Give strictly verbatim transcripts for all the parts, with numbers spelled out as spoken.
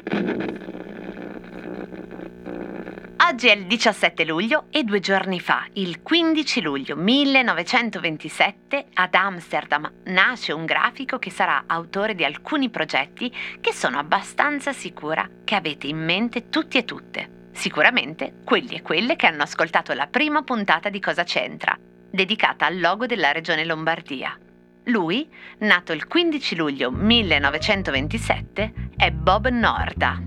Oggi è il diciassette luglio e due giorni fa, il quindici luglio millenovecentoventisette, ad Amsterdam nasce un grafico che sarà autore di alcuni progetti che sono abbastanza sicura che avete in mente tutti e tutte. Sicuramente quelli e quelle che hanno ascoltato la prima puntata di Cosa c'entra, dedicata al logo della regione Lombardia. Lui, nato il quindici luglio millenovecentoventisette, è Bob Norda.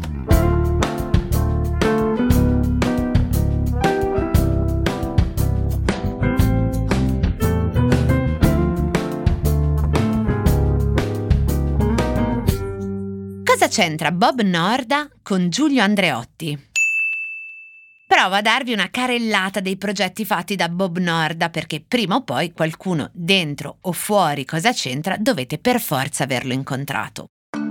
Cosa c'entra Bob Norda con Giulio Andreotti? Provo a darvi una carrellata dei progetti fatti da Bob Norda, perché prima o poi qualcuno dentro o fuori Cosa c'entra dovete per forza averlo incontrato.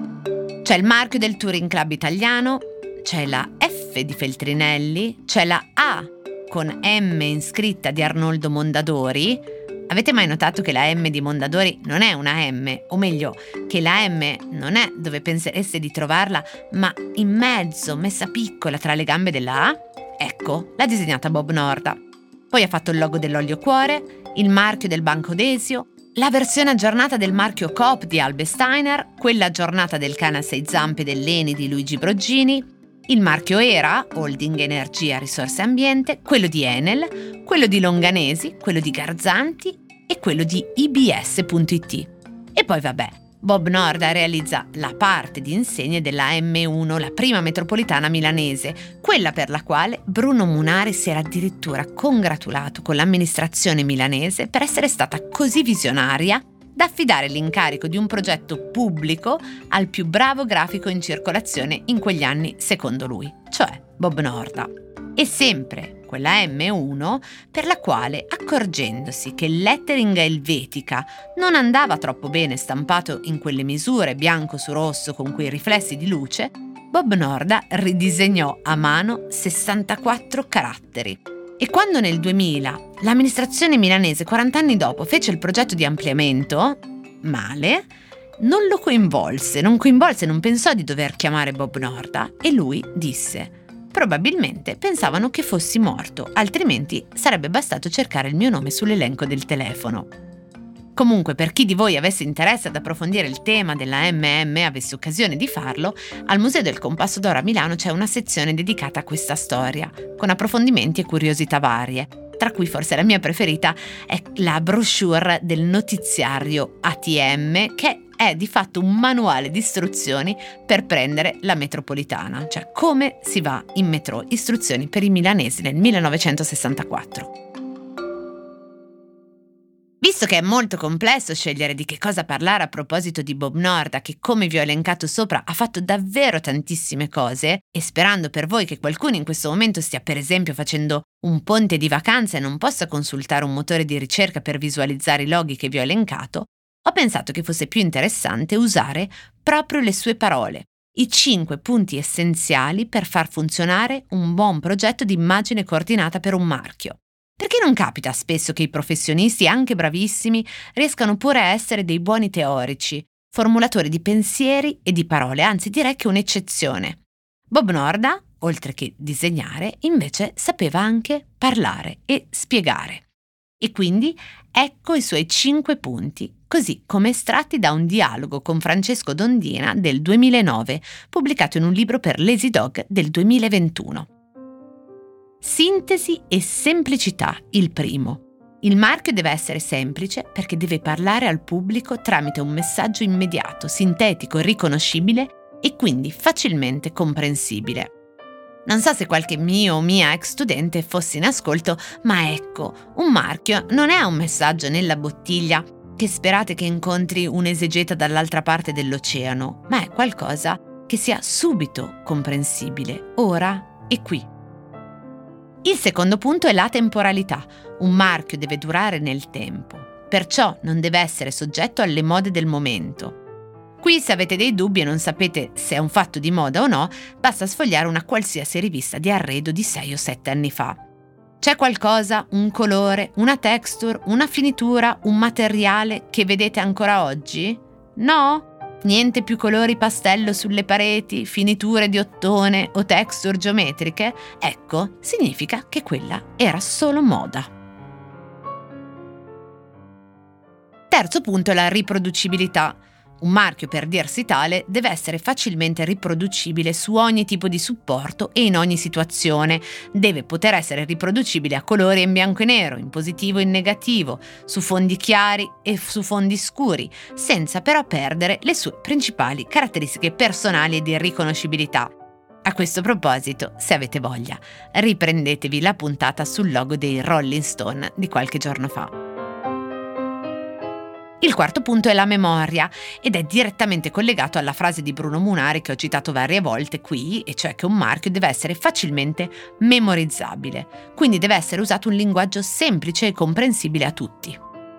C'è il marchio del Touring Club italiano, c'è la F di Feltrinelli, c'è la A con M in scritta di Arnoldo Mondadori. Avete mai notato che la M di Mondadori non è una M, o meglio, che la M non è dove pensereste di trovarla, ma in mezzo, messa piccola tra le gambe della A? Ecco, l'ha disegnata Bob Norda. Poi ha fatto il logo dell'Olio Cuore, il marchio del Banco Desio, la versione aggiornata del marchio Coop di Albe Steiner, quella aggiornata del cane a sei zampe dell'Eni di Luigi Broggini, il marchio Era, Holding Energia Risorse Ambiente, quello di Enel, quello di Longanesi, quello di Garzanti e quello di I B S punto it. E poi vabbè, Bob Norda realizza la parte di insegne della M uno, la prima metropolitana milanese, quella per la quale Bruno Munari si era addirittura congratulato con l'amministrazione milanese per essere stata così visionaria da affidare l'incarico di un progetto pubblico al più bravo grafico in circolazione in quegli anni, secondo lui, cioè Bob Norda. E sempre quella M uno per la quale, accorgendosi che il lettering Helvetica non andava troppo bene stampato in quelle misure bianco su rosso con quei riflessi di luce, Bob Norda ridisegnò a mano sessantaquattro caratteri. E quando nel duemila l'amministrazione milanese, quaranta anni dopo, fece il progetto di ampliamento, male, non lo coinvolse, non coinvolse, non pensò di dover chiamare Bob Norda e lui disse: probabilmente pensavano che fossi morto, altrimenti sarebbe bastato cercare il mio nome sull'elenco del telefono. Comunque, per chi di voi avesse interesse ad approfondire il tema della M M e avesse occasione di farlo, al Museo del Compasso d'Oro a Milano c'è una sezione dedicata a questa storia, con approfondimenti e curiosità varie, tra cui forse la mia preferita è la brochure del notiziario A T M, che è di fatto un manuale di istruzioni per prendere la metropolitana, cioè come si va in metro, istruzioni per i milanesi nel millenovecentosessantaquattro. Visto che è molto complesso scegliere di che cosa parlare a proposito di Bob Norda, che come vi ho elencato sopra ha fatto davvero tantissime cose, e sperando per voi che qualcuno in questo momento stia per esempio facendo un ponte di vacanza e non possa consultare un motore di ricerca per visualizzare i loghi che vi ho elencato, ho pensato che fosse più interessante usare proprio le sue parole, i cinque punti essenziali per far funzionare un buon progetto di immagine coordinata per un marchio. Perché non capita spesso che i professionisti, anche bravissimi, riescano pure a essere dei buoni teorici, formulatori di pensieri e di parole, anzi direi che è un'eccezione. Bob Norda, oltre che disegnare, invece sapeva anche parlare e spiegare. E quindi ecco i suoi cinque punti, così come estratti da un dialogo con Francesco Dondina del duemilanove, pubblicato in un libro per Lazy Dog del duemilaventuno. Sintesi e semplicità, il primo. Il marchio deve essere semplice perché deve parlare al pubblico tramite un messaggio immediato, sintetico, riconoscibile e quindi facilmente comprensibile. Non so se qualche mio o mia ex studente fosse in ascolto, ma ecco, un marchio non è un messaggio nella bottiglia che sperate che incontri un'esegeta dall'altra parte dell'oceano, ma è qualcosa che sia subito comprensibile, ora e qui. Il secondo punto è la temporalità. Un marchio deve durare nel tempo, perciò non deve essere soggetto alle mode del momento. Qui, se avete dei dubbi e non sapete se è un fatto di moda o no, basta sfogliare una qualsiasi rivista di arredo di sei o sette anni fa. C'è qualcosa, un colore, una texture, una finitura, un materiale che vedete ancora oggi? No? Niente più colori pastello sulle pareti, finiture di ottone o texture geometriche? Ecco, significa che quella era solo moda. Terzo punto è la riproducibilità. Un marchio, per dirsi tale, deve essere facilmente riproducibile su ogni tipo di supporto e in ogni situazione. Deve poter essere riproducibile a colori in bianco e nero, in positivo e in negativo, su fondi chiari e su fondi scuri, senza però perdere le sue principali caratteristiche personali e di riconoscibilità. A questo proposito, se avete voglia, riprendetevi la puntata sul logo dei Rolling Stone di qualche giorno fa. Il quarto punto è la memoria ed è direttamente collegato alla frase di Bruno Munari che ho citato varie volte qui, e cioè che un marchio deve essere facilmente memorizzabile, quindi deve essere usato un linguaggio semplice e comprensibile a tutti.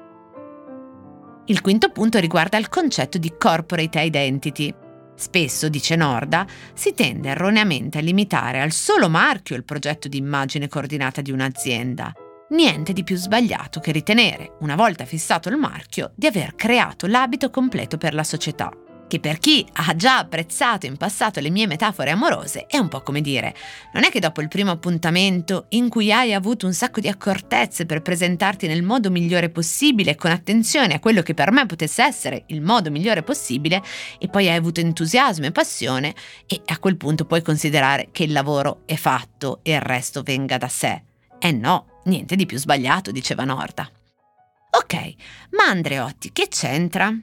Il quinto punto riguarda il concetto di corporate identity. Spesso, dice Norda, si tende erroneamente a limitare al solo marchio il progetto di immagine coordinata di un'azienda. Niente di più sbagliato che ritenere, una volta fissato il marchio, di aver creato l'abito completo per la società. Che per chi ha già apprezzato in passato le mie metafore amorose è un po' come dire: non è che dopo il primo appuntamento, in cui hai avuto un sacco di accortezze per presentarti nel modo migliore possibile, con attenzione a quello che per me potesse essere il modo migliore possibile, e poi hai avuto entusiasmo e passione, e a quel punto puoi considerare che il lavoro è fatto e il resto venga da sé. Eh no, niente di più sbagliato, diceva Norda. Ok, ma Andreotti che c'entra?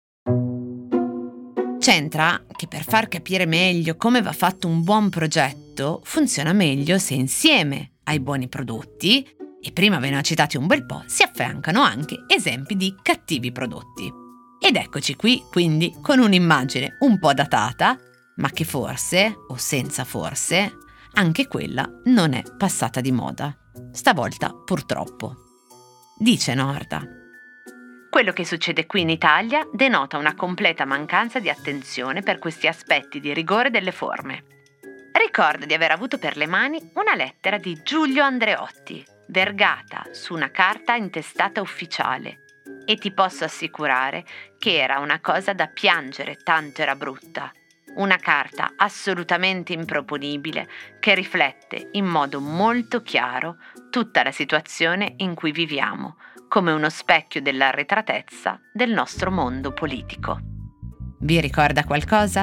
C'entra che per far capire meglio come va fatto un buon progetto, funziona meglio se insieme ai buoni prodotti, e prima ve ne ho citati un bel po', si affiancano anche esempi di cattivi prodotti. Ed eccoci qui, quindi, con un'immagine un po' datata, ma che forse, o senza forse, anche quella non è passata di moda. Stavolta purtroppo. Dice Norda: quello che succede qui in Italia denota una completa mancanza di attenzione per questi aspetti di rigore delle forme. Ricordo di aver avuto per le mani una lettera di Giulio Andreotti, vergata su una carta intestata ufficiale, e ti posso assicurare che era una cosa da piangere, tanto era brutta. Una carta assolutamente improponibile che riflette in modo molto chiaro tutta la situazione in cui viviamo, come uno specchio dell'arretratezza del nostro mondo politico. Vi ricorda qualcosa?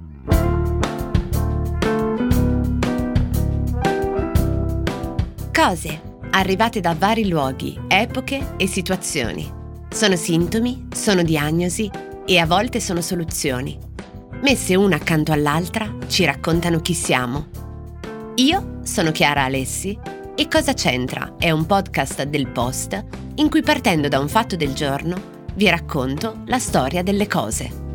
Cose arrivate da vari luoghi, epoche e situazioni. Sono sintomi, sono diagnosi e a volte sono soluzioni. Messe una accanto all'altra, ci raccontano chi siamo. Io sono Chiara Alessi e Cosa c'entra è un podcast del Post in cui, partendo da un fatto del giorno, vi racconto la storia delle cose.